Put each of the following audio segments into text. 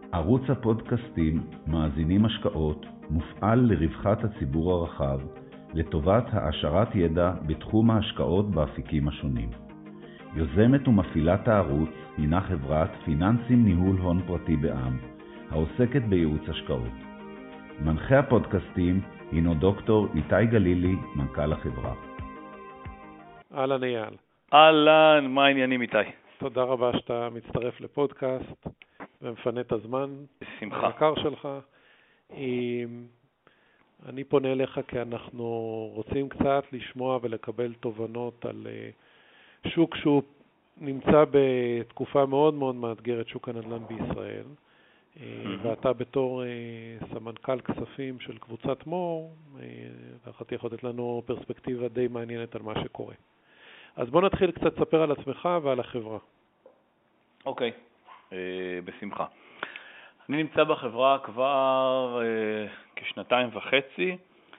ערוץ הפודקאסטים מאזינים השקעות מופעל לרווחת הציבור הרחב, לטובת העשרת ידע בתחום ההשקעות באפיקים השונים. יוזמת ומפעילת הערוץ הינה חברת פיננסים ניהול הון פרטי בע"מ, העוסקת בייעוץ השקעות. מנחה הפודקאסטים הינו דוקטור איתי גלילי, מנכ"ל החברה. אהלן אייל. אהלן, מה העניינים איתי? תודה רבה שאתה מצטרף לפודקאסט ומפנה את הזמן. בשמחה. היקר שלך. אני פונה אליך כי אנחנו רוצים קצת לשמוע ולקבל תובנות על שוק שהוא נמצא בתקופה מאוד מאוד מאתגרת, שוק הנדל"ן בישראל. ואתה בתור סמנכ"ל כספים של קבוצת מור, אתה יכול לתת לנו פרספקטיבה די מעניינת על מה שקורה. אז בוא נתחיל קצת לספר על עצמך ועל החברה. אוקיי, בשמחה. אני נמצא בחברה כבר כשנתיים וחצי.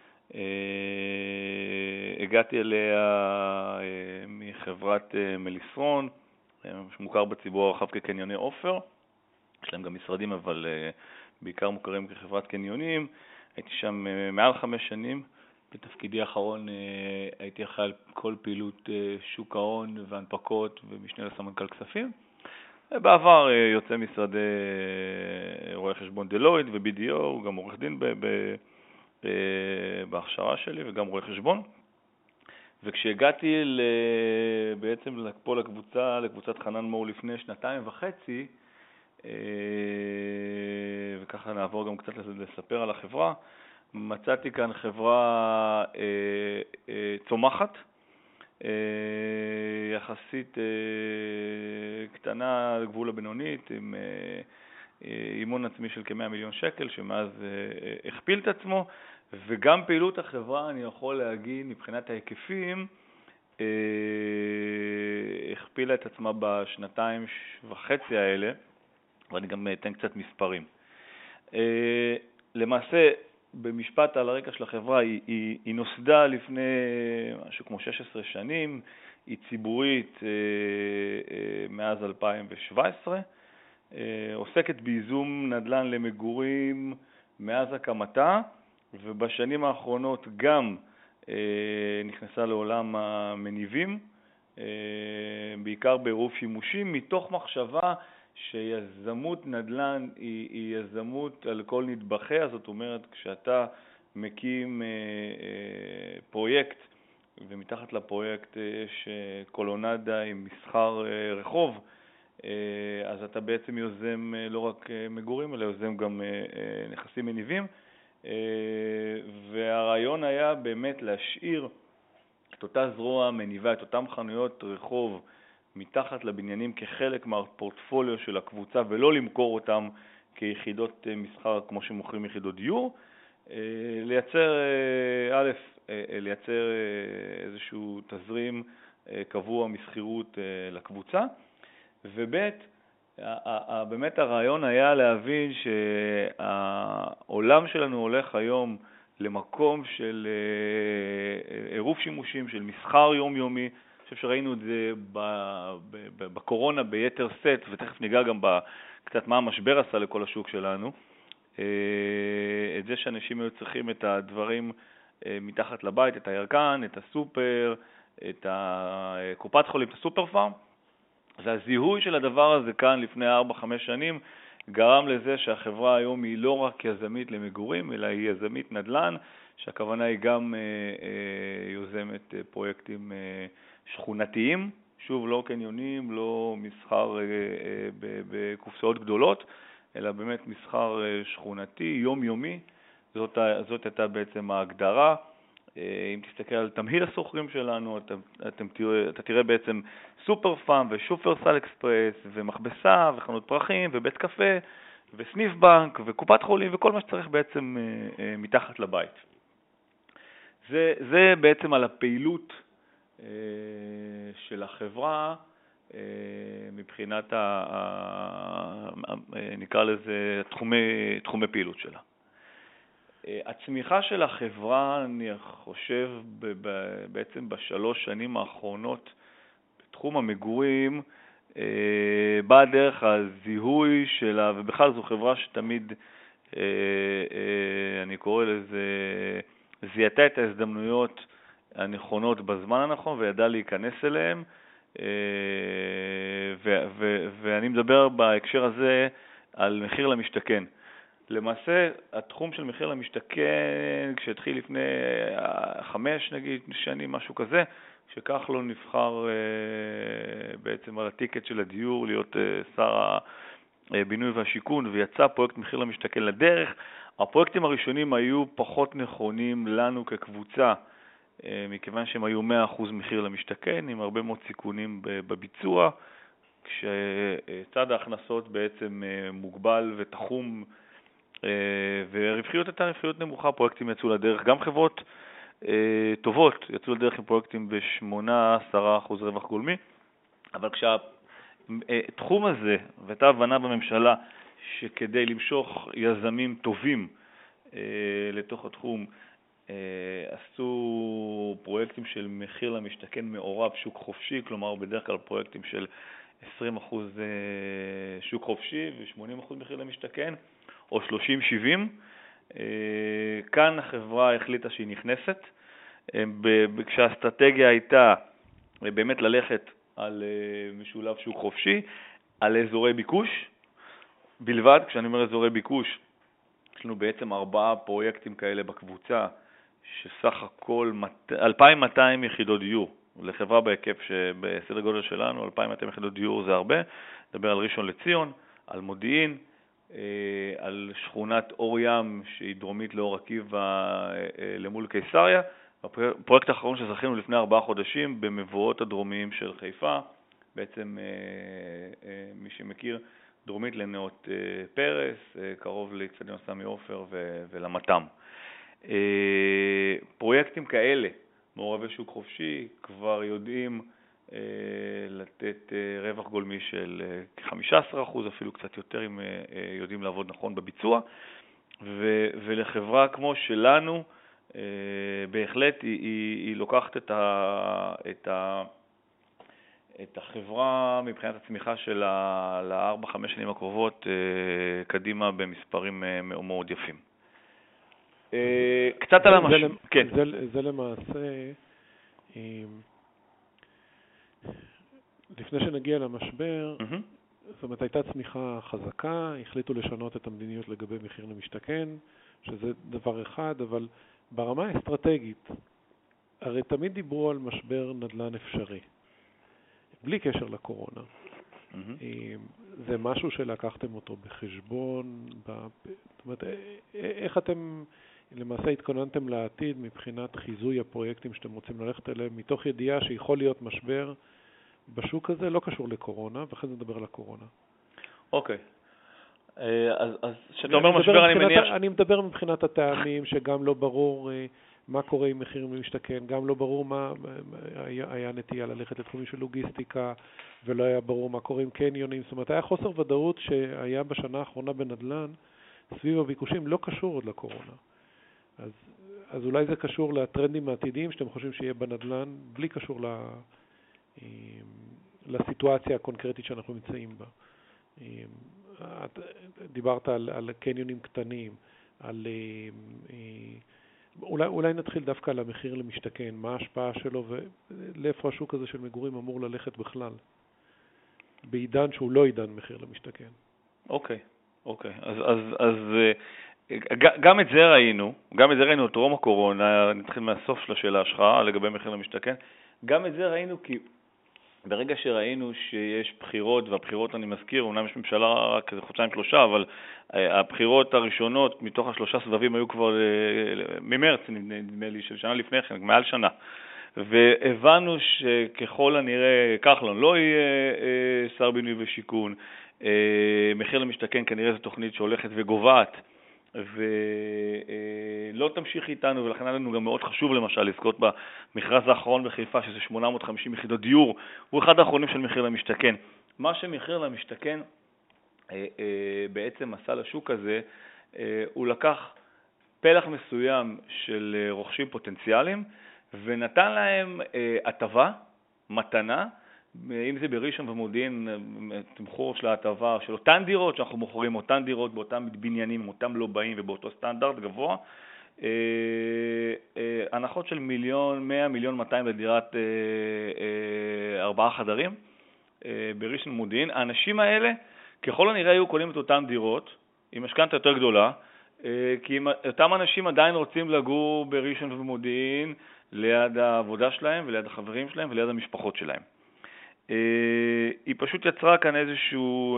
הגעתי אליה מחברת מליסרון, שמוכר בציבור הרחב כקניוני עופר. יש להם גם משרדים, אבל בעיקר מוכרים כחברת קניונים. הייתי שם מעל 5 שנים. בתפקידי האחרון הייתי אחראי על כל פעילות שוק ההון והנפקות ומשנה לסמנכ"ל כספים. בעבר יוצא משרדי רואה חשבון דלויט ו-BDO, גם עורך דין בהכשרה שלי וגם רואה חשבון. וכשהגעתי בעצם פה לקבוצת חנן מור לפני 2.5 שנים, וככה נעבור גם קצת לספר על החברה, מצאתי כאן חברה צומחת, יחסית קטנה, גבול הבינונית, עם אימון עצמי של כ-100 מיליון שקל, שמאז הכפיל את עצמו, וגם פעילות החברה, אני יכול להגיד, מבחינת ההיקפים, הכפילה את עצמה בשנתיים וחצי האלה, ואני גם אתן קצת מספרים. למעשה, במשפט על הרקע של החברה, היא נוסדה לפני משהו כמו 16 שנים, היא ציבורית מאז 2017, עוסקת בייזום נדל"ן למגורים מאז הקמתה, ובשנים האחרונות גם נכנסה לעולם המניבים, בעיקר בעירוב שימושים, מתוך מחשבה שיזמות נדל"ן היא יזמות על כל נדבכיה. זאת אומרת, כשאתה מקים פרויקט ומתחת לפרויקט יש קולונדה עם מסחר רחוב, אז אתה בעצם יוזם לא רק מגורים אלא יוזם גם נכסים מניבים, והרעיון היה באמת להשאיר את אותה זרוע מניבה, את אותם חנויות רחוב מתחת לבניינים כחלק מהפורטפוליו של הקבוצה, ולא למכור אותם כיחידות מסחר כמו שמוכרים יחידות דיור, לייצר איזשהו תזרים קבוע מסחירות לקבוצה, ובית, באמת הרעיון היה להבין שהעולם שלנו הולך היום למקום של עירוב שימושים, של מסחר יומיומי. אני חושב שראינו את זה בקורונה ביתר סט, ותכף ניגע גם קצת מה המשבר עשה לכל השוק שלנו. את זה שאנשים היו צריכים את הדברים מתחת לבית, את הירקן, את הסופר, את הקופת חולים, את הסופר פארם. אז הזיהוי של הדבר הזה כאן לפני 4-5 שנים גרם לזה שהחברה היום היא לא רק יזמית למגורים, אלא היא יזמית נדל"ן, שהכוונה היא גם יוזמת פרויקטים שכונתיים, שוב לא קניונים, לא מסחר בקופסאות גדולות, אלא באמת מסחר שכונתי, יומיומי. זאת הייתה בעצם ההגדרה. אם תסתכל על תמהיל הסוחרים שלנו, אתה תראה בעצם סופר פארם ושופרסל אקספרס ומכבסה וחנות פרחים ובית קפה וסניף בנק וקופת חולים וכל מה שצריך בעצם מתחת לבית. זה בעצם על הפעילות של החברה מבחינת נקרא לזה תחומי פעילות שלה. הצמיחה של החברה, אני חושב, בעצם ב3 שנים האחרונות בתחום המגורים, באה דרך הזיהוי שלה, ובכלל זו חברה שתמיד, אני קורא לזה, זיהתה את ההזדמנויות הנכונות בזמן הנכון וידעה להיכנס אליהם, ואני מדבר בהקשר הזה על מחיר למשתכן. למעשה, התחום של מחיר למשתכן, כשהתחיל לפני 5 נגיד שנים, משהו כזה, שכחלון נבחר בעצם על הטיקט של הדיור להיות שר הבינוי והשיכון, ויצא פרויקט מחיר למשתכן לדרך. הפרויקטים הראשונים היו פחות נכונים לנו כקבוצה, מכיוון שהם היו 100% מחיר למשתכן, עם הרבה מאוד סיכונים בביצוע, כשצד ההכנסות בעצם מוגבל ותחום, ורווחיות הייתה רווחיות נמוכה. פרויקטים יצאו לדרך, גם חברות טובות יצאו לדרך עם פרויקטים ב8-10% רווח גולמי, אבל כשהתחום הזה, והייתה הבנה בממשלה שכדי למשוך יזמים טובים לתוך התחום, עשו פרויקטים של מחיר למשתכן מעורב שוק חופשי, כלומר בדרך כלל פרויקטים של 20% שוק חופשי ו80% מחיר למשתכן, או 30-70. כאן החברה החליטה שהיא נכנסת, כשהאסטרטגיה הייתה באמת ללכת על משולב שוק חופשי, על אזורי ביקוש בלבד. כשאני אומר אזורי ביקוש, יש לנו בעצם 4 פרויקטים כאלה בקבוצה, שסך הכל 2,200 יחידות דיור. לחברה בהיקף שבסדר גודל שלנו, 2,200 יחידות דיור זה הרבה. נדבר על ראשון לציון, על מודיעין, על שכונת אור ים שהיא דרומית לאור עקיבא למול קיסריה. הפרויקט האחרון שזכינו לפני 4 חודשים במבואות הדרומיים של חיפה, בעצם מי שמכיר, דרומית לנאות פרס, קרוב לאצטדיון סמי עופר ולמתם. פרויקטים כאלה, מעורבי שוק חופשי, כבר יודעים לתת רווח גולמי של 15%, אפילו קצת יותר אם יודעים לעבוד נכון בביצוע, ולחברה כמו שלנו, בהחלט היא לוקחת את החברה מבחינת הצמיחה שלה ל4-5 שנים הקרובות קדימה במספרים מאוד יפים. קצת על המשהו. כן. זה למעשה, לפני שנגיע למשבר, זאת אומרת, הייתה צמיחה חזקה, החליטו לשנות את המדיניות לגבי מחיר למשתכן, שזה דבר אחד, אבל ברמה האסטרטגית, הרי תמיד דיברו על משבר נדל"ן אפשרי, בלי קשר לקורונה. זה משהו שלקחתם אותו בחשבון, זאת אומרת, איך אתם למעשה התכוננתם לעתיד מבחינת חיזוי הפרויקטים שאתם רוצים ללכת אליהם, מתוך ידיעה שיכול להיות משבר בשוק הזה, לא קשור לקורונה, ואחרי זה נדבר על הקורונה. אוקיי. אז שאתה אומר משבר, אני מניח... אני מדבר מבחינת הטעמים, שגם לא ברור מה קורה עם מחיר למשתכן, גם לא ברור מה היה נטייה ללכת לתחומים של לוגיסטיקה, ולא היה ברור מה קורה עם קניונים. זאת אומרת, היה חוסר ודאות שהיה בשנה האחרונה בנדל"ן, סביב הביקושים, לא קשור עוד לקורונה. אז אולי זה קשור לטרנדים העתידיים שאתם חושבים שיהיה בנדל"ן, בלי קשור לסיטואציה הקונקרטית שאנחנו נמצאים בה. דיברת על קניונים קטנים, אולי נתחיל דווקא על המחיר למשתכן, מה ההשפעה שלו ולאיפה השוק הזה של מגורים אמור ללכת בכלל, בעידן שהוא לא עידן מחיר למשתכן. אוקיי. אז גם את זה ראינו, את טרום הקורונה, נתחיל מהסוף של השאלה שלך לגבי מחיר למשתכן, גם את זה ראינו כי ברגע שראינו שיש בחירות, והבחירות אני מזכיר, אומנם יש ממשלה רק 2-3, אבל הבחירות הראשונות מתוך 3 סבבים היו כבר ממרץ, נדמה לי, של שנה לפני כן, מעל שנה. והבנו שככל הנראה כחלון לא יהיה שר בינוי ושיכון, מחיר למשתכן כנראה זו תוכנית שהולכת וגובעת, ולא תמשיך איתנו, ולכן היה לנו גם מאוד חשוב למשל לזכות במכרז האחרון בחיפה, שזה 850 יחידות דיור, הוא אחד האחרונים של מחיר למשתכן. מה שמחיר למשתכן בעצם עשה לשוק הזה, הוא לקח פלח מסוים של רוכשים פוטנציאליים, ונתן להם הטבה, מתנה, אם זה בראשון ומודיעין, תמחור של ההטבה של אותן דירות, שאנחנו מוכרים אותן דירות באותם בניינים, אותם לא באים ובאותו סטנדרט גבוה, הנחות של 1,100,200,000 לדירת 4 חדרים בראשון ומודיעין. האנשים האלה ככל הנראה היו קונים את אותן דירות עם משכנתא יותר גדולה, כי אותם אנשים עדיין רוצים לגור בראשון ומודיעין ליד העבודה שלהם וליד החברים שלהם וליד המשפחות שלהם. היא פשוט יצרה כאן איזשהו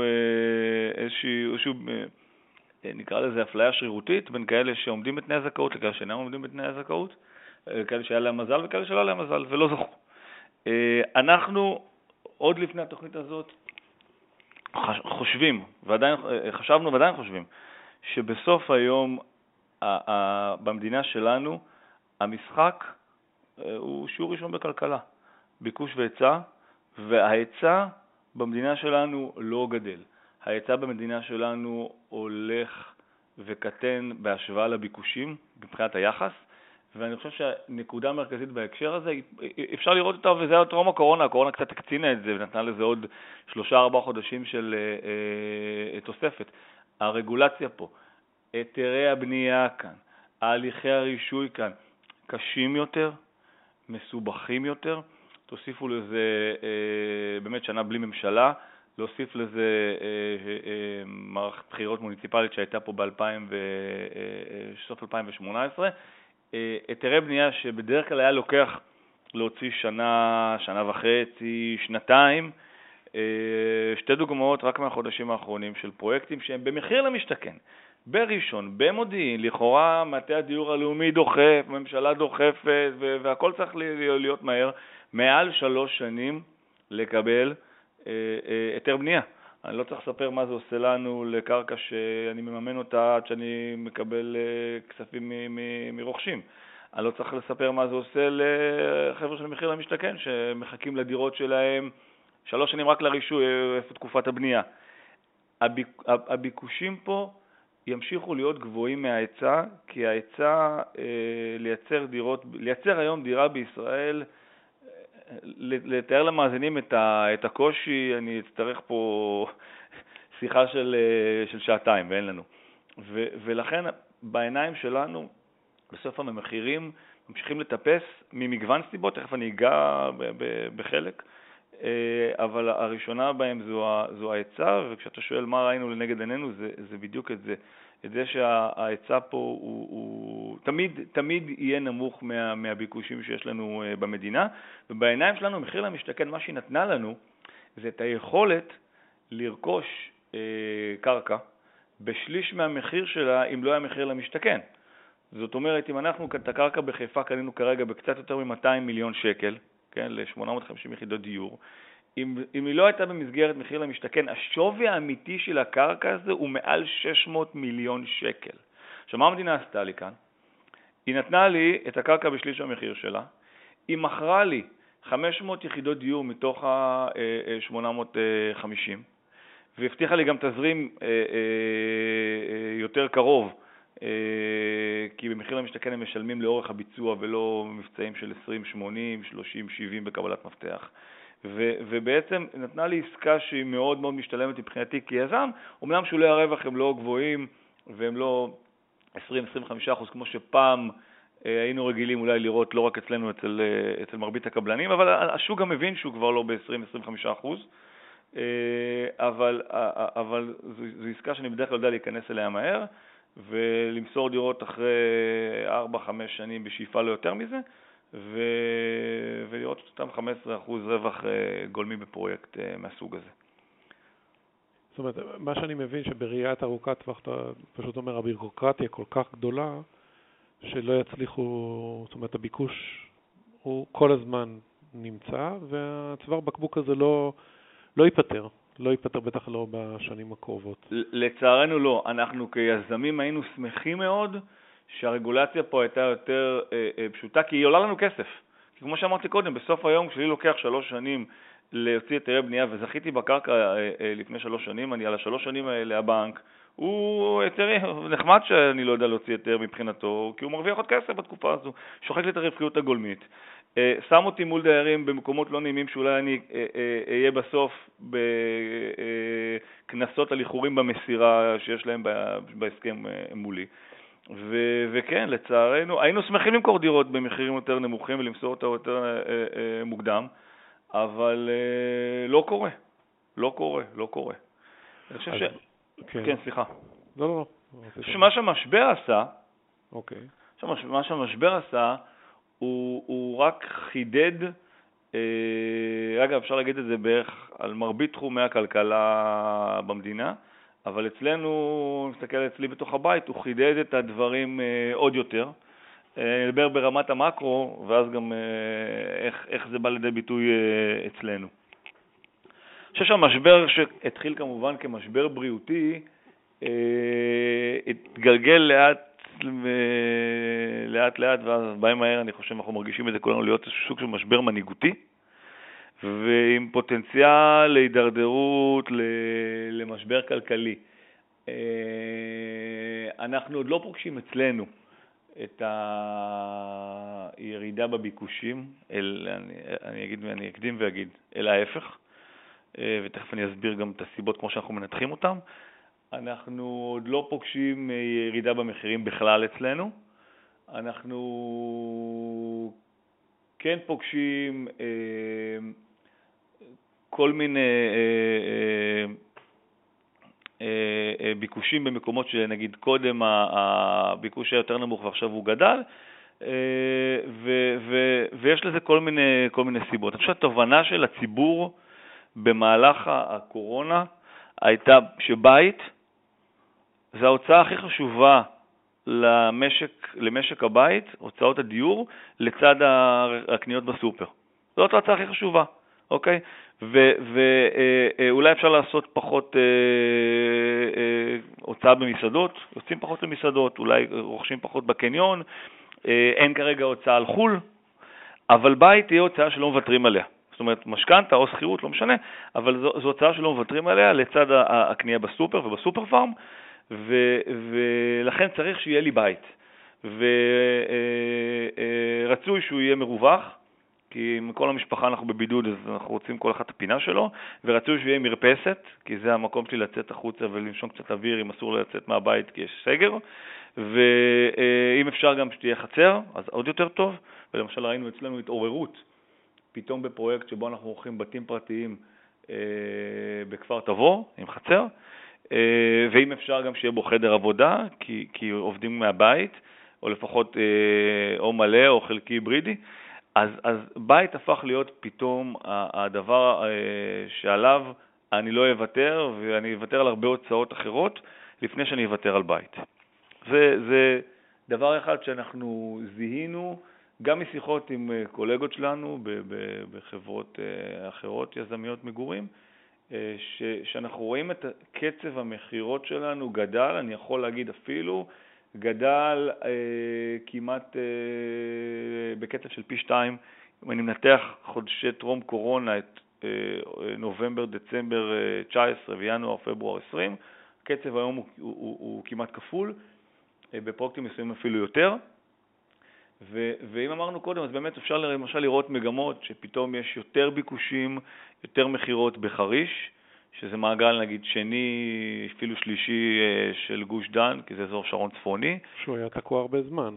נקרא לזה אפליה שרירותית בין כאלה שעומדים בתנאי הזכאות לכאלה שאינם עומדים בתנאי הזכאות, כאלה שהיה להם מזל וכאלה שלא להם מזל ולא זכו. אנחנו עוד לפני התוכנית הזאת חשבנו ועדיין חושבים שבסוף היום במדינה שלנו המשחק הוא שיעור ראשון בכלכלה, ביקוש והיצע, וההיצע במדינה שלנו לא גדל. ההיצע במדינה שלנו הולך וקטן בהשוואה לביקושים מבחינת היחס, ואני חושב שהנקודה המרכזית בהקשר הזה, אפשר לראות אותה, וזה היה טרום הקורונה, הקורונה קצת הקצינה את זה ונתנה לזה עוד 3-4 חודשים של תוספת. הרגולציה פה, היתרי הבנייה כאן, ההליכי הרישוי כאן, קשים יותר, מסובכים יותר, תוסיפו לזה באמת שנה בלי ממשלה, להוסיף לזה מערכת בחירות מוניציפלית שהייתה פה בסוף 2018, היתרי בנייה שבדרך כלל היה לוקח להוציא שנה וחצי, שנתיים, שתי דוגמאות רק מהחודשים האחרונים של פרויקטים שהם במחיר למשתכן, בראשון, במודיעין, לכאורה מטה הדיור הלאומי דוחף, ממשלה דוחפת והכל צריך להיות מהר, מעל 3 שנים לקבל היתר בנייה. אני לא צריך לספר מה זה עושה לנו לקרקע שאני מממן אותה עד שאני מקבל כספים מרוכשים. אני לא צריך לספר מה זה עושה לחבר'ה של מחיר למשתכן שמחכים לדירות שלהם 3 שנים רק לרישוי, איפה תקופת הבנייה. הביקושים פה ימשיכו להיות גבוהים מההיצע, כי ההיצע לייצר היום דירה בישראל, לתאר למאזינים את הקושי, אני אצטרך פה שיחה של 2 שעתיים, ואין לנו. ולכן בעיניים שלנו, בסוף המחירים ממשיכים לטפס ממגוון סיבות, תכף אני אגע בחלק, אבל הראשונה בהם זו ההיצע, וכשאתה שואל מה ראינו לנגד עינינו, זה בדיוק את זה. את זה שההיצע פה הוא תמיד יהיה נמוך מהביקושים שיש לנו במדינה, ובעיניים שלנו מחיר למשתכן, מה שהיא נתנה לנו, זה את היכולת לרכוש קרקע בשליש מהמחיר שלה, אם לא היה מחיר למשתכן. זאת אומרת, אם אנחנו את הקרקע בחיפה קנינו כרגע בקצת יותר מ-200 מיליון שקל, כן, ל-850 יחידות דיור, אם היא לא הייתה במסגרת מחיר למשתכן, השווי האמיתי של הקרקע הזה הוא מעל 600 מיליון שקל. עכשיו, מה המדינה עשתה לי כאן? היא נתנה לי את הקרקע בשליש המחיר שלה, היא מכרה לי 500 יחידות דיור מתוך ה-850, והבטיחה לי גם תזרים יותר קרוב, כי במחיר למשתכן הם משלמים לאורך הביצוע ולא מבצעים של 20, 80, 30, 70 בקבלת מפתח. ובעצם נתנה לי עסקה שהיא מאוד מאוד משתלמת מבחינתי כיזם, אומנם שולי הרווח הם לא גבוהים והם לא 20-25% כמו שפעם היינו רגילים אולי לראות לא רק אצלנו, אצל מרבית הקבלנים, אבל השוק גם מבין שהוא כבר לא ב-20-25%, אבל זו עסקה שאני בדרך כלל יודע להיכנס אליה מהר, ולמסור דירות אחרי 4-5 שנים בשאיפה לא יותר מזה, ולראות אותם 15% רווח גולמי בפרויקט מהסוג הזה. זאת אומרת, מה שאני מבין שבראיית ארוכת טווח, אתה פשוט אומר, הבירוקרטיה כל כך גדולה, שלא יצליחו, זאת אומרת, הביקוש הוא כל הזמן נמצא, והצוואר בקבוק הזה לא ייפטר. לא ייפטר בטח לא בשנים הקרובות. לצערנו לא. אנחנו כיזמים היינו שמחים מאוד שהרגולציה פה הייתה יותר פשוטה, כי היא עולה לנו כסף. כי כמו שאמרתי קודם, בסוף היום כשלי לוקח 3 שנים להוציא היתרי בנייה, וזכיתי בקרקע לפני 3 שנים, אני על ה3 שנים האלה הבנק הוא היתרי, נחמד שאני לא יודע להוציא היתר מבחינתו, כי הוא מרוויח עוד כסף בתקופה הזו, שוחק לי את הרווחיות הגולמית. שם אותי מול דיירים במקומות לא נעימים שאולי אני אהיה בסוף בכנסות על איחורים במסירה שיש להם בהסכם מולי. וכן, לצערנו, היינו שמחים למכור דירות במחירים יותר נמוכים ולמסור אותה יותר מוקדם, אבל לא קורה. אני חושב כן, סליחה. לא. מה שהמשבר עשה, אוקיי. מה שהמשבר עשה, הוא רק חידד, אגב, אפשר להגיד את זה בערך על מרבית תחומי הכלכלה במדינה, אבל אצלנו, נסתכל אצלי בתוך הבית, הוא חידד את הדברים עוד יותר. נדבר ברמת המקרו, ואז גם איך זה בא לידי ביטוי אצלנו. אני חושב שהמשבר שהתחיל כמובן כמשבר בריאותי, התגלגל לאט, ואז בהם מהר אני חושב אנחנו מרגישים את זה כולנו להיות סוג של משבר מנהיגותי, ועם פוטנציאל להידרדרות למשבר כלכלי. אנחנו עוד לא פוגשים אצלנו את הירידה בביקושים, אני אקדים ואגיד, אלא ההפך, ותכף אני אסביר גם את הסיבות כמו שאנחנו מנתחים אותם. אנחנו עוד לא פוגשים ירידה במחירים בכלל אצלנו. אנחנו כן פוגשים כל מיני ביקושים במקומות שנגיד קודם הביקוש היה יותר נמוך ועכשיו הוא גדל, ויש לזה כל מיני סיבות. אני חושב שהתובנה של הציבור במהלך הקורונה הייתה שבית זה ההוצאה הכי חשובה למשק הבית, הוצאות הדיור, לצד הקניות בסופר. זאת ההוצאה הכי חשובה, אוקיי? ואולי אפשר לעשות פחות הוצאה במסעדות, יוצאים פחות למסעדות, אולי רוכשים פחות בקניון, אין כרגע הוצאה על חול, אבל בית תהיה הוצאה שלא מוותרים עליה. זאת אומרת, משכנתה או שכירות, לא משנה, אבל זו הוצאה שלא מוותרים עליה לצד הקנייה בסופר ובסופר פארם, ולכן צריך שיהיה לי בית. ורצוי שהוא יהיה מרווח, כי עם כל המשפחה אנחנו בבידוד, אז אנחנו רוצים כל אחד את הפינה שלו, ורצוי שהוא יהיה מרפסת, כי זה המקום שלי לצאת החוצה ולנשום קצת אוויר, אם אסור לצאת מהבית כי יש סגר, ואם אפשר גם שתהיה חצר, אז עוד יותר טוב, ולמשל ראינו אצלנו התעוררות, פתאום בפרויקט שבו אנחנו עורכים בתים פרטיים בכפר תבור, עם חצר, ואם אפשר גם שיהיה בו חדר עבודה, כי עובדים מהבית, או לפחות או מלא או חלקי היברידי, אז בית הפך להיות פתאום הדבר שעליו אני לא אוותר, ואני אוותר על הרבה הוצאות אחרות, לפני שאני אוותר על בית. זה דבר אחד שאנחנו זיהינו, גם משיחות עם קולגות שלנו בחברות אחרות יזמיות מגורים, שאנחנו רואים את קצב המחירות שלנו גדל, אני יכול להגיד אפילו, גדל כמעט בקצב של פי 2. אם אני מנתח חודשי טרום קורונה, את נובמבר, דצמבר 19 וינואר, פברואר 20, הקצב היום הוא כמעט כפול, בפרויקטים מסוימים אפילו יותר. ואם אמרנו קודם, אז באמת אפשר למשל לראות מגמות שפתאום יש יותר ביקושים, יותר מחירות בחריש, שזה מעגל נגיד שני, אפילו שלישי של גוש דן, כי זה אזור שרון צפוני. שהוא היה תקוע הרבה זמן.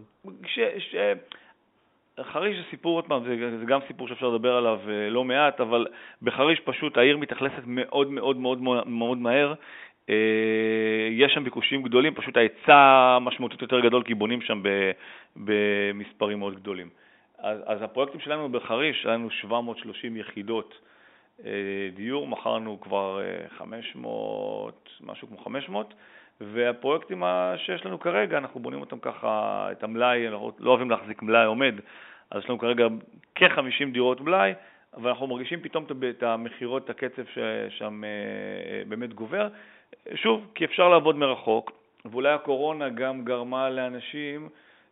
חריש זה סיפור, זה גם סיפור שאפשר לדבר עליו לא מעט, אבל בחריש פשוט העיר מתאכלסת מאוד מאוד מאוד מאוד מהר, יש שם ביקושים גדולים, פשוט ההיצע משמעותית יותר גדול, כי בונים שם במספרים מאוד גדולים. אז הפרויקטים שלנו בחריש, היה לנו 730 יחידות דיור, מכרנו כבר 500, משהו כמו 500, והפרויקטים שיש לנו כרגע, אנחנו בונים אותם ככה, את המלאי, אנחנו לא אוהבים להחזיק מלאי עומד, אז יש לנו כרגע כ-50 דירות מלאי, אבל אנחנו מרגישים פתאום את המחירות, את הקצב ששם באמת גובר. שוב, כי אפשר לעבוד מרחוק, ואולי הקורונה גם גרמה לאנשים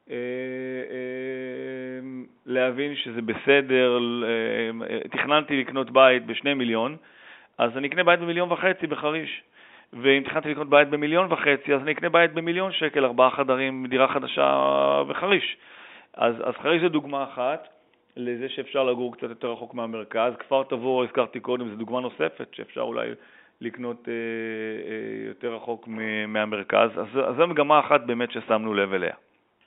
להבין שזה בסדר. תכננתי לקנות בית ב2 מיליון, אז אני אקנה בית ב1.5 מיליון בחריש. ואם תכננתי לקנות בית ב1.5 מיליון, אז אני אקנה בית ב1,000,000 שקל, 4 חדרים, דירה חדשה בחריש. אז חריש זה דוגמה אחת לזה שאפשר לגור קצת יותר רחוק מהמרכז. כפר תבור, הזכרתי קודם, זו דוגמה נוספת שאפשר אולי לקנות יותר רחוק מהמרכז. אז זו מגמה אחת באמת ששמנו לב אליה.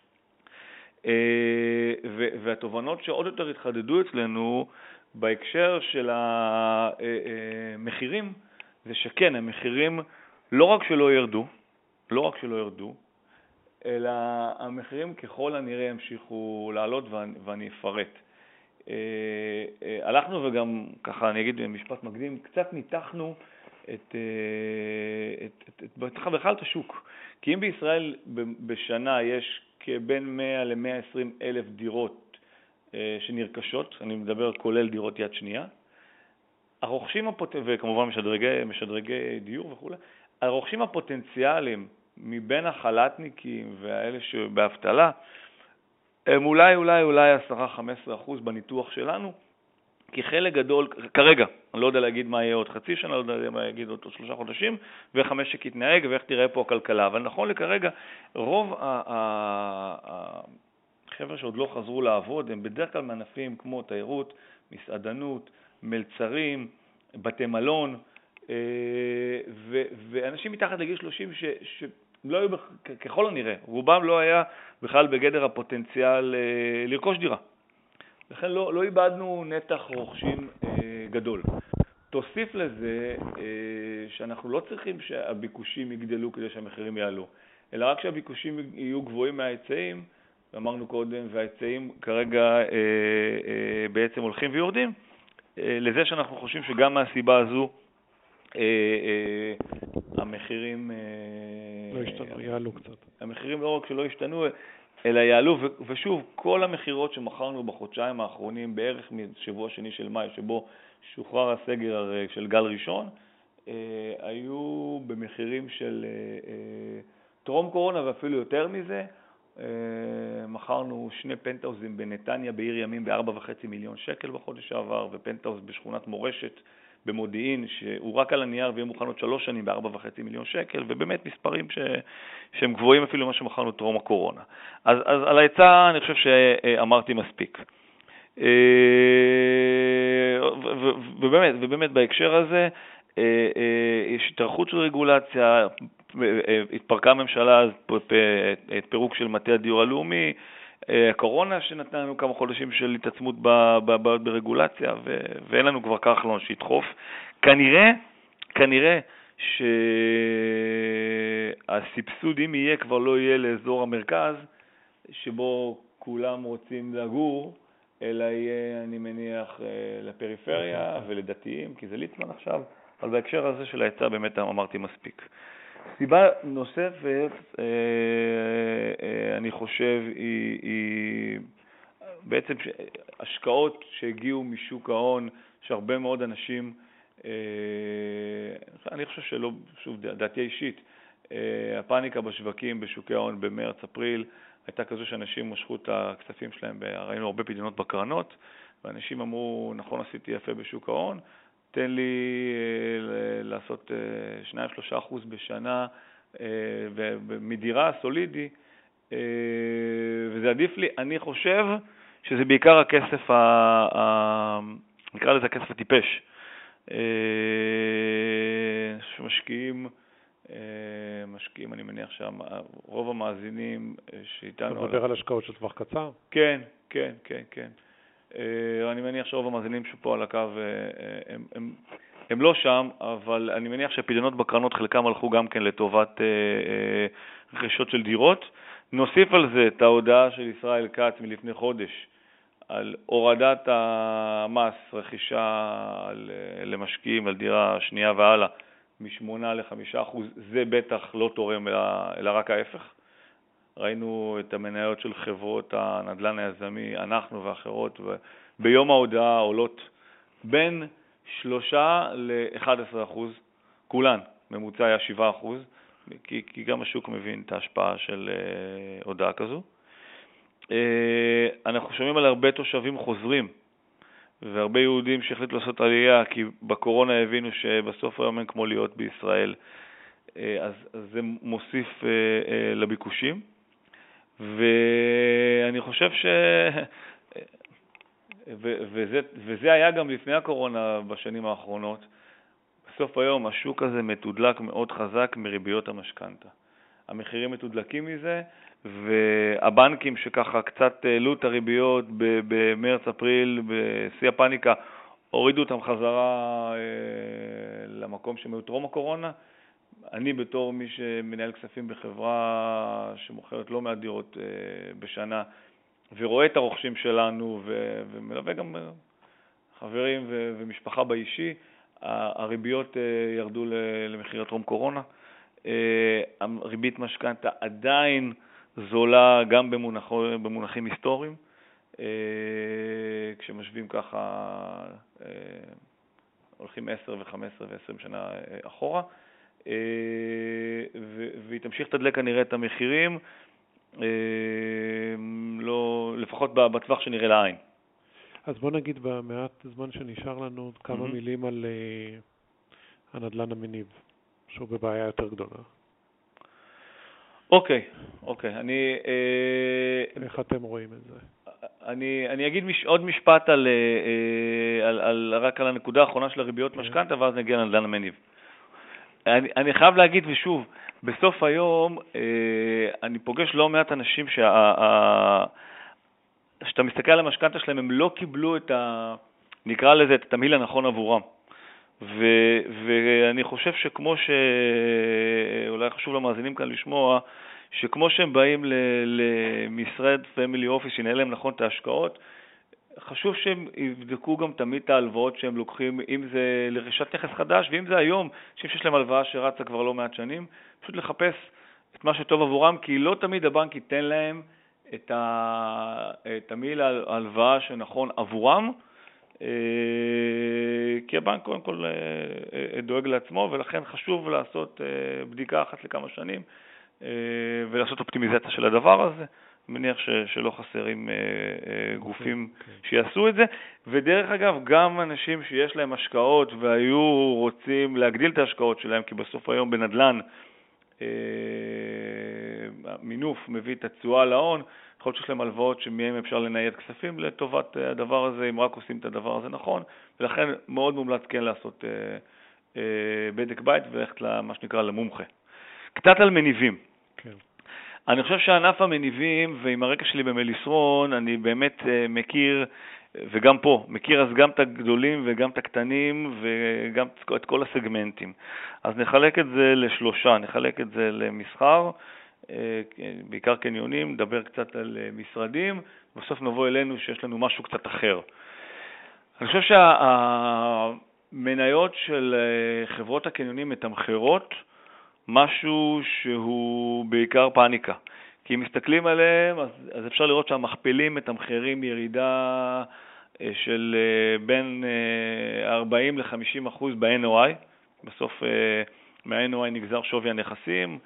והתובנות שעוד יותר התחדדו אצלנו בהקשר של המחירים, זה שכן, המחירים לא רק שלא ירדו, אלא המחירים ככל הנראה ימשיכו לעלות, ואני אפרט. הלכנו וגם, ככה אני אגיד במשפט מקדים, קצת ניתחנו בכלל את השוק. כי אם בישראל בשנה יש כבין 100 ל-120 אלף דירות שנרכשות, אני מדבר כולל דירות יד שנייה, הרוכשים וכמובן משדרגי דיור וכו', הרוכשים הפוטנציאליים מבין החלטניקים והאלה שבאבטלה, הם אולי 10-15% בניתוח שלנו, כי חלק גדול, כרגע, אני לא יודע להגיד מה יהיה עוד חצי שנה, לא יודע מה יגיד עוד 3 חודשים, ואיך המשק יתנהג ואיך תראה פה הכלכלה. אבל נכון לכרגע, רוב החבר'ה שעוד לא חזרו לעבוד, הם בדרך כלל מענפים כמו תיירות, מסעדנות, מלצרים, בתי מלון, ואנשים מתחת לגיל 30 שלא היו, ככל הנראה, רובם לא היה בכלל בגדר הפוטנציאל לרכוש דירה. לכן לא איבדנו נתח רוכשים גדול. תוסיף לזה שאנחנו לא צריכים שהביקושים יגדלו כדי שהמחירים יעלו, אלא רק שהביקושים יהיו גבוהים מההיצעים, אמרנו קודם, וההיצעים כרגע בעצם הולכים ויורדים, לזה שאנחנו חושבים שגם מהסיבה הזו המחירים לא השתנו, יעלו קצת. המחירים לא רק שלא השתנו, אלא יעלו, ושוב, כל המחירות שמכרנו בחודשיים האחרונים, בערך משבוע שני של מאי, שבו שוחרר הסגר של גל ראשון, היו במחירים של טרום קורונה ואפילו יותר מזה. מכרנו 2 פנטהאוזים בנתניה בעיר ימים ב4.5 מיליון שקל בחודש שעבר, ופנטהאוז בשכונת מורשת במודיעין, שהוא רק על הנייר ויהיה מוכן עוד 3 שנים ב4.5 מיליון שקל, ובאמת מספרים שהם גבוהים אפילו ממה שמכרנו טרום הקורונה. אז על ההיצע אני חושב שאמרתי מספיק. ובאמת בהקשר הזה יש התארכות של רגולציה, התפרקה הממשלה, אז את פירוק של מטה הדיור הלאומי, הקורונה שנתנה לנו כמה חודשים של התעצמות ברגולציה, ואין לנו כבר כחלון שידחוף. כנראה שהסבסוד, אם יהיה, כבר לא יהיה לאזור המרכז, שבו כולם רוצים לגור, אלא יהיה, אני מניח, לפריפריה ולדתיים, כי זה ליצמן עכשיו, אבל בהקשר הזה של ההיצע באמת אמרתי מספיק. סיבה נוספת, אני חושב, היא בעצם השקעות שהגיעו משוק ההון, שהרבה מאוד אנשים, אני חושב שלא, שוב, דעתי אישית, הפאניקה בשווקים, בשוקי ההון במרץ, אפריל, הייתה כזו שאנשים משכו את הכספים שלהם, ראינו הרבה פדיונות בקרנות, ואנשים אמרו, נכון, עשיתי יפה בשוק ההון, תן לי לעשות 2-3% בשנה מדירה סולידי, וזה עדיף לי. אני חושב שזה בעיקר הכסף, נקרא לזה הכסף הטיפש, שמשקיעים, אני מניח שרוב המאזינים שאיתנו... אתה מדבר על השקעות של טווח קצר? כן. אני מניח שרוב המאזינים שפה על הקו הם לא שם, אבל אני מניח שהפדיונות בקרנות חלקם הלכו גם כן לטובת רכישות של דירות. נוסיף על זה את ההודעה של ישראל כץ מלפני חודש על הורדת המס רכישה למשקיעים על דירה שנייה והלאה מ8% ל5%. זה בטח לא תורם אלא רק ההפך. ראינו את המניות של חברות הנדל"ן היזמי, אנחנו ואחרות, ביום ההודעה עולות בין 3-11%, כולן, ממוצע היה 7%, כי גם השוק מבין את ההשפעה של הודעה כזו. אנחנו שומעים על הרבה תושבים חוזרים, והרבה יהודים שהחליטו לעשות עלייה, כי בקורונה הבינו שבסוף היום אין כמו להיות בישראל. אז זה מוסיף לביקושים. ואני חושב וזה היה גם לפני הקורונה בשנים האחרונות. בסוף היום השוק הזה מתודלק מאוד חזק מריביות המשכנתא. המחירים מתודלקים מזה, והבנקים שככה קצת העלו את הריביות במרץ, אפריל, בשיא הפניקה, הורידו אותם חזרה למקום שהם היו טרום הקורונה. אני בתור מי שמנהל כספים בחברה שמוכרת לא מעט דירות בשנה, ורואה את הרוכשים שלנו ומלווה גם חברים ומשפחה באישי, הריביות ירדו למחיר טרום קורונה. הריבית משכנתא עדיין זולה גם במונחים היסטוריים, כשמשווים ככה, הולכים 10 ו-15 ו-20 שנה אחורה, והיא תמשיך תדלק כנראה את המחירים, לפחות בטווח שנראה לעין. אז בוא נגיד במעט זמן שנשאר לנו כמה מילים על הנדל"ן המניב, שהוא בבעיה יותר גדולה. אוקיי. איך אתם רואים את זה? אני אגיד עוד משפט רק על הנקודה האחרונה של הריביות משכנתא, ואז נגיע לנדל"ן המניב. אני חייב להגיד, ושוב, בסוף היום אני פוגש לא מעט אנשים שאתה מסתכל על המשכנתא שלהם, הם לא קיבלו נקרא לזה, את התמהיל הנכון עבורם. ואני חושב שכמו אולי חשוב למאזינים כאן לשמוע, שכמו שהם באים למשרד פמילי אופיס שנהל להם נכון את ההשקעות, חשוב שהם יבדקו גם תמיד את ההלוואות שהם לוקחים, אם זה לרכישת נכס חדש, ואם זה היום, שיש להם הלוואה שרצה כבר לא מעט שנים, פשוט לחפש את מה שטוב עבורם, כי לא תמיד הבנק ייתן להם את תמהיל ההלוואה שנכון עבורם, כי הבנק קודם כל דואג לעצמו, ולכן חשוב לעשות בדיקה אחת לכמה שנים, ולעשות אופטימיזציה של הדבר הזה. מניח שלא חסרים גופים שיעשו את זה. ודרך אגב, גם אנשים שיש להם השקעות והיו רוצים להגדיל את ההשקעות שלהם, כי בסוף היום בנדל"ן מינוף מביא את התשואה להון, יכול להיות שיש להם הלוואות שמהם אפשר לנייד כספים לטובת הדבר הזה, אם רק עושים את הדבר הזה נכון, ולכן מאוד מומלץ כן לעשות בדק בית ולכת למה שנקרא למומחה. קצת על מניבים. כן. אני חושב שענף המניבים, ועם הרקע שלי במליסרון, אני באמת מכיר, וגם פה, מכיר אז גם את הגדולים וגם את הקטנים, וגם את כל הסגמנטים. אז נחלק את זה לשלושה, נחלק את זה למסחר, בעיקר קניונים, נדבר קצת על משרדים, ובסוף נבוא אלינו שיש לנו משהו קצת אחר. אני חושב שהמניות של חברות הקניונים מתמחרות, משהו שהוא בעיקר פאניקה. כי אם מסתכלים עליהם, אז אפשר לראות שהמכפילים מתמחרים ירידה של בין 40 ל-50% ב-NOI. בסוף מה-NOI נגזר שווי הנכסים,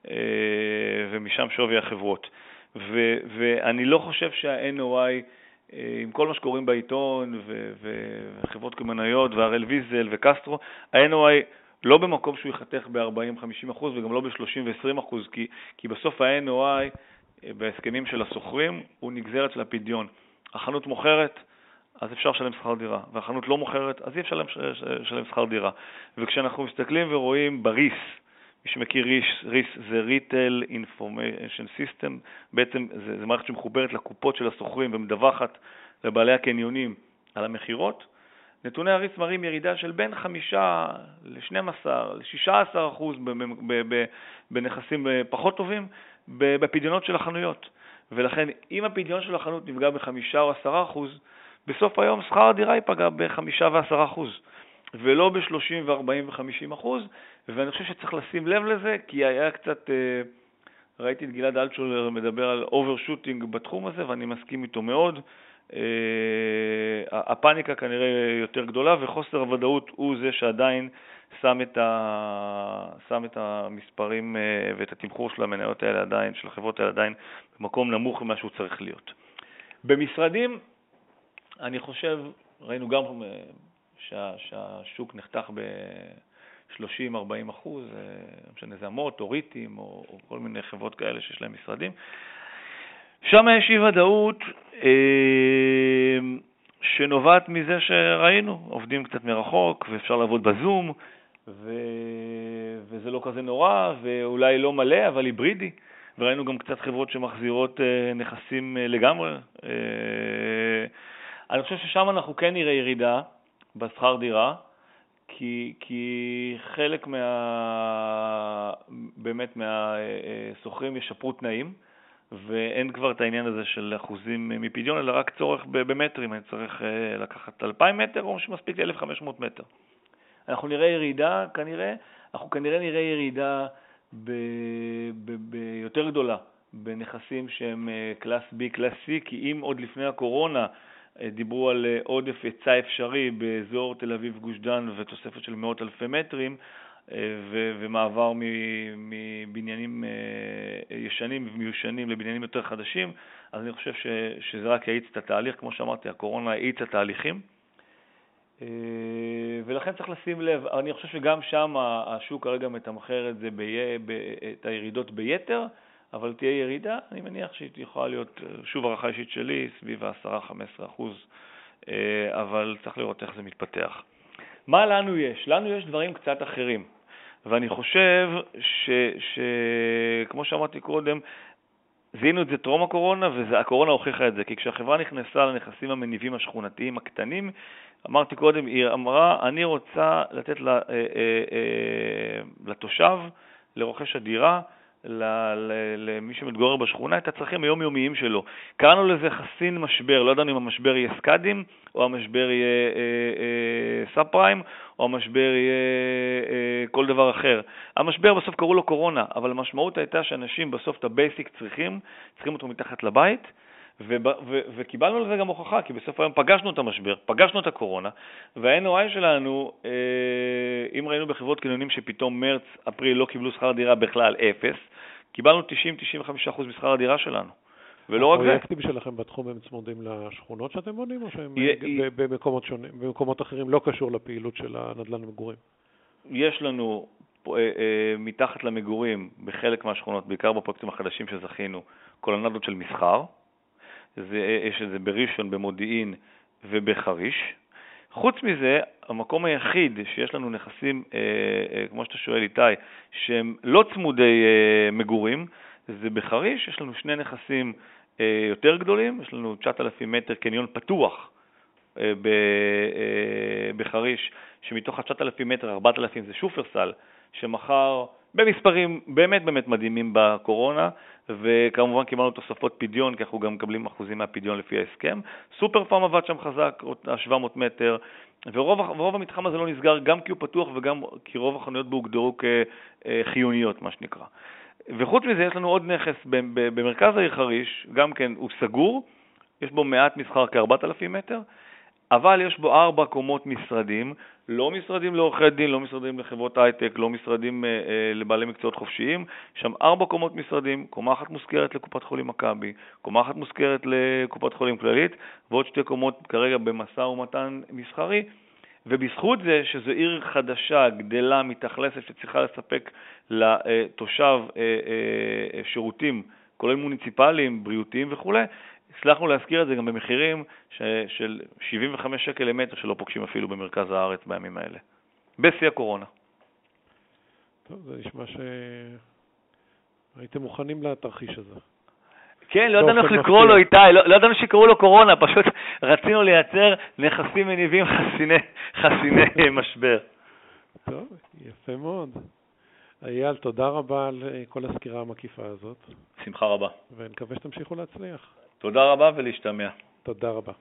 ומשם שווי החברות. ואני לא חושב שה-NOI, עם כל מה שקוראים בעיתון, וחברות כמניות, והראל ויזל וקסטרו, ה-NOI לא במקום שהוא יחתך ב-40-50% וגם לא ב-30 ו-20%, כי בסוף ה-NOI בהסכמים של הסוחרים הוא נגזרת של הפדיון. החנות מוכרת, אז אפשר לשלם שכר דירה, והחנות לא מוכרת, אז אי אפשר לשלם שכר דירה. וכשאנחנו מסתכלים ורואים בריס, מי שמכיר ריס זה Retail Information System, בעצם זה מערכת שמחוברת לקופות של הסוחרים ומדווחת לבעלי הקניונים על המחירות, נתוני הריס מראים ירידה של בין 5 ל-12 ל-16% בנכסים פחות טובים בפדיונות של החנויות. ולכן אם הפדיון של החנות נפגע ב5 או 10%, בסוף היום שכר הדירה ייפגע ב5 ו10%, ולא ב30 ו40 ו50%. ואני חושב שצריך לשים לב לזה, כי היה קצת, ראיתי את גלעד אלטשולר מדבר על אוברשוטינג בתחום הזה, ואני מסכים איתו מאוד. הפאניקה כנראה יותר גדולה, וחוסר הוודאות הוא זה שעדיין שם את המספרים ואת התמחור של המניות האלה עדיין, של החברות האלה עדיין במקום נמוך ממה שהוא צריך להיות. במשרדים, אני חושב, ראינו גם שהשוק נחתך 30-40%, לא משנה, זה המוט או ריטים או כל מיני חברות כאלה שיש להם משרדים. שם יש אי ודאות שנובעת מזה שראינו, עובדים קצת מרחוק ואפשר לעבוד בזום, וזה לא כזה נורא, ואולי לא מלא, אבל היברידי. וראינו גם קצת חברות שמחזירות נכסים לגמרי. אני חושב ששם אנחנו כן נראה ירידה בשכר דירה, כי חלק באמת מהסוחרים ישפרו תנאים, ואין כבר את העניין הזה של אחוזים מפדיון, אלא רק צורך במטרים. אני צריך לקחת 2,000 מטר או שמספיק 1,500 מטר. אנחנו נראה ירידה, אנחנו כנראה נראה ירידה ביותר גדולה בנכסים שהם קלאס B, קלאס C, כי אם עוד לפני הקורונה דיברו על עודף היצע אפשרי באזור תל אביב גוש דן ותוספת של מאות אלפי מטרים, ומעבר מבניינים ישנים ומיושנים לבניינים יותר חדשים, אז אני חושב שזה רק יאיץ את התהליך. כמו שאמרתי, הקורונה יאיץ את התהליכים, ולכן צריך לשים לב. אני חושב שגם שם השוק כרגע מתמחר את זה, את הירידות ביתר, אבל תהיה ירידה, אני מניח שהיא יכולה להיות, שוב הערכה אישית שלי, סביב 10-15%, אבל צריך לראות איך זה מתפתח. מה לנו יש? לנו יש דברים קצת אחרים, ואני חושב כמו שאמרתי קודם, זיהינו את זה טרום הקורונה, והקורונה הוכיחה את זה, כי כשהחברה נכנסה לנכסים המניבים השכונתיים הקטנים, אמרתי קודם, היא אמרה, אני רוצה לתת לתושב, לרוכש הדירה, למי שמתגורר בשכונה, את הצרכים היומיומיים שלו. קראנו לזה חסין משבר, לא ידענו אם המשבר יהיה סקאדים, או המשבר יהיה סאב פריים, או המשבר יהיה כל דבר אחר. המשבר בסוף קראו לו קורונה, אבל המשמעות הייתה שאנשים בסוף את הבייסיק צריכים אותו מתחת לבית, וקיבלנו לזה גם הוכחה, כי בסוף היום פגשנו את המשבר, פגשנו את הקורונה, וה-NOI שלנו, אם ראינו בחברות קניונים שפתאום מרץ, אפריל לא קיבלו שכר דירה בכלל 0, קיבלנו 90-95% משכר הדירה שלנו. ולא רק זה. הפרויקטים שלכם בתחום הם צמודים לשכונות שאתם בונים, או שהם במקומות שונים, במקומות אחרים לא קשור לפעילות של הנדל"ן למגורים? יש לנו מתחת למגורים בחלק מהשכונות, בעיקר בפרויקטים החדשים שזכינו, קולונדות של מסחר. יש את זה בראשון, במודיעין ובחריש. חוץ מזה, המקום היחיד שיש לנו נכסים, כמו שאתה שואל איתי, שהם לא צמודי מגורים, זה בחריש. יש לנו שני נכסים יותר גדולים, יש לנו 9,000 מטר קניון פתוח בחריש, שמתוך 9,000 מטר 4,000 זה שופרסל, שמחר במספרים באמת מדהימים בקורונה, וכמובן קיבלנו תוספות פדיון, כי אנחנו גם מקבלים אחוזים מהפדיון לפי ההסכם. סופר פארם עבד שם חזק, 700 מטר, ורוב המתחם הזה לא נסגר, גם כי הוא פתוח וגם כי רוב החנויות בו הוגדרו כחיוניות, מה שנקרא. וחוץ מזה יש לנו עוד נכס במרכז העיר חריש, גם כן הוא סגור, יש בו מעט מסחר כ-4,000 מטר, אבל יש בו 4 קומות משרדים, לא משרדים לעורכי דין, לא משרדים לחברות הייטק, לא משרדים לבעלי מקצועות חופשיים, שם 4 קומות משרדים, קומה אחת מוזכרת לקופת חולים מכבי, קומה אחת מוזכרת לקופת חולים כללית, ועוד 2 קומות כרגע במשא ומתן מסחרי, ובזכות זה שזו עיר חדשה, גדלה, מתאכלסת, שצריכה לספק לתושב שירותים, כולל מוניציפליים, בריאותיים וכו', הצלחנו להזכיר את זה גם במחירים של 75 שקל למטר, שלא פוגשים אפילו במרכז הארץ בימים האלה. בשיא הקורונה. טוב, זה נשמע שהייתם מוכנים לתרחיש הזה. כן, לא ידענו איך לקרוא לו איתי, לא ידענו שיקראו לו קורונה, פשוט רצינו לייצר נכסים מניבים חסיני משבר. טוב, יפה מאוד. אייל, תודה רבה על כל הסקירה המקיפה הזאת. שמחה רבה. ונקווה שתמשיכו להצליח. תודה רבה ולהשתמע. תודה רבה.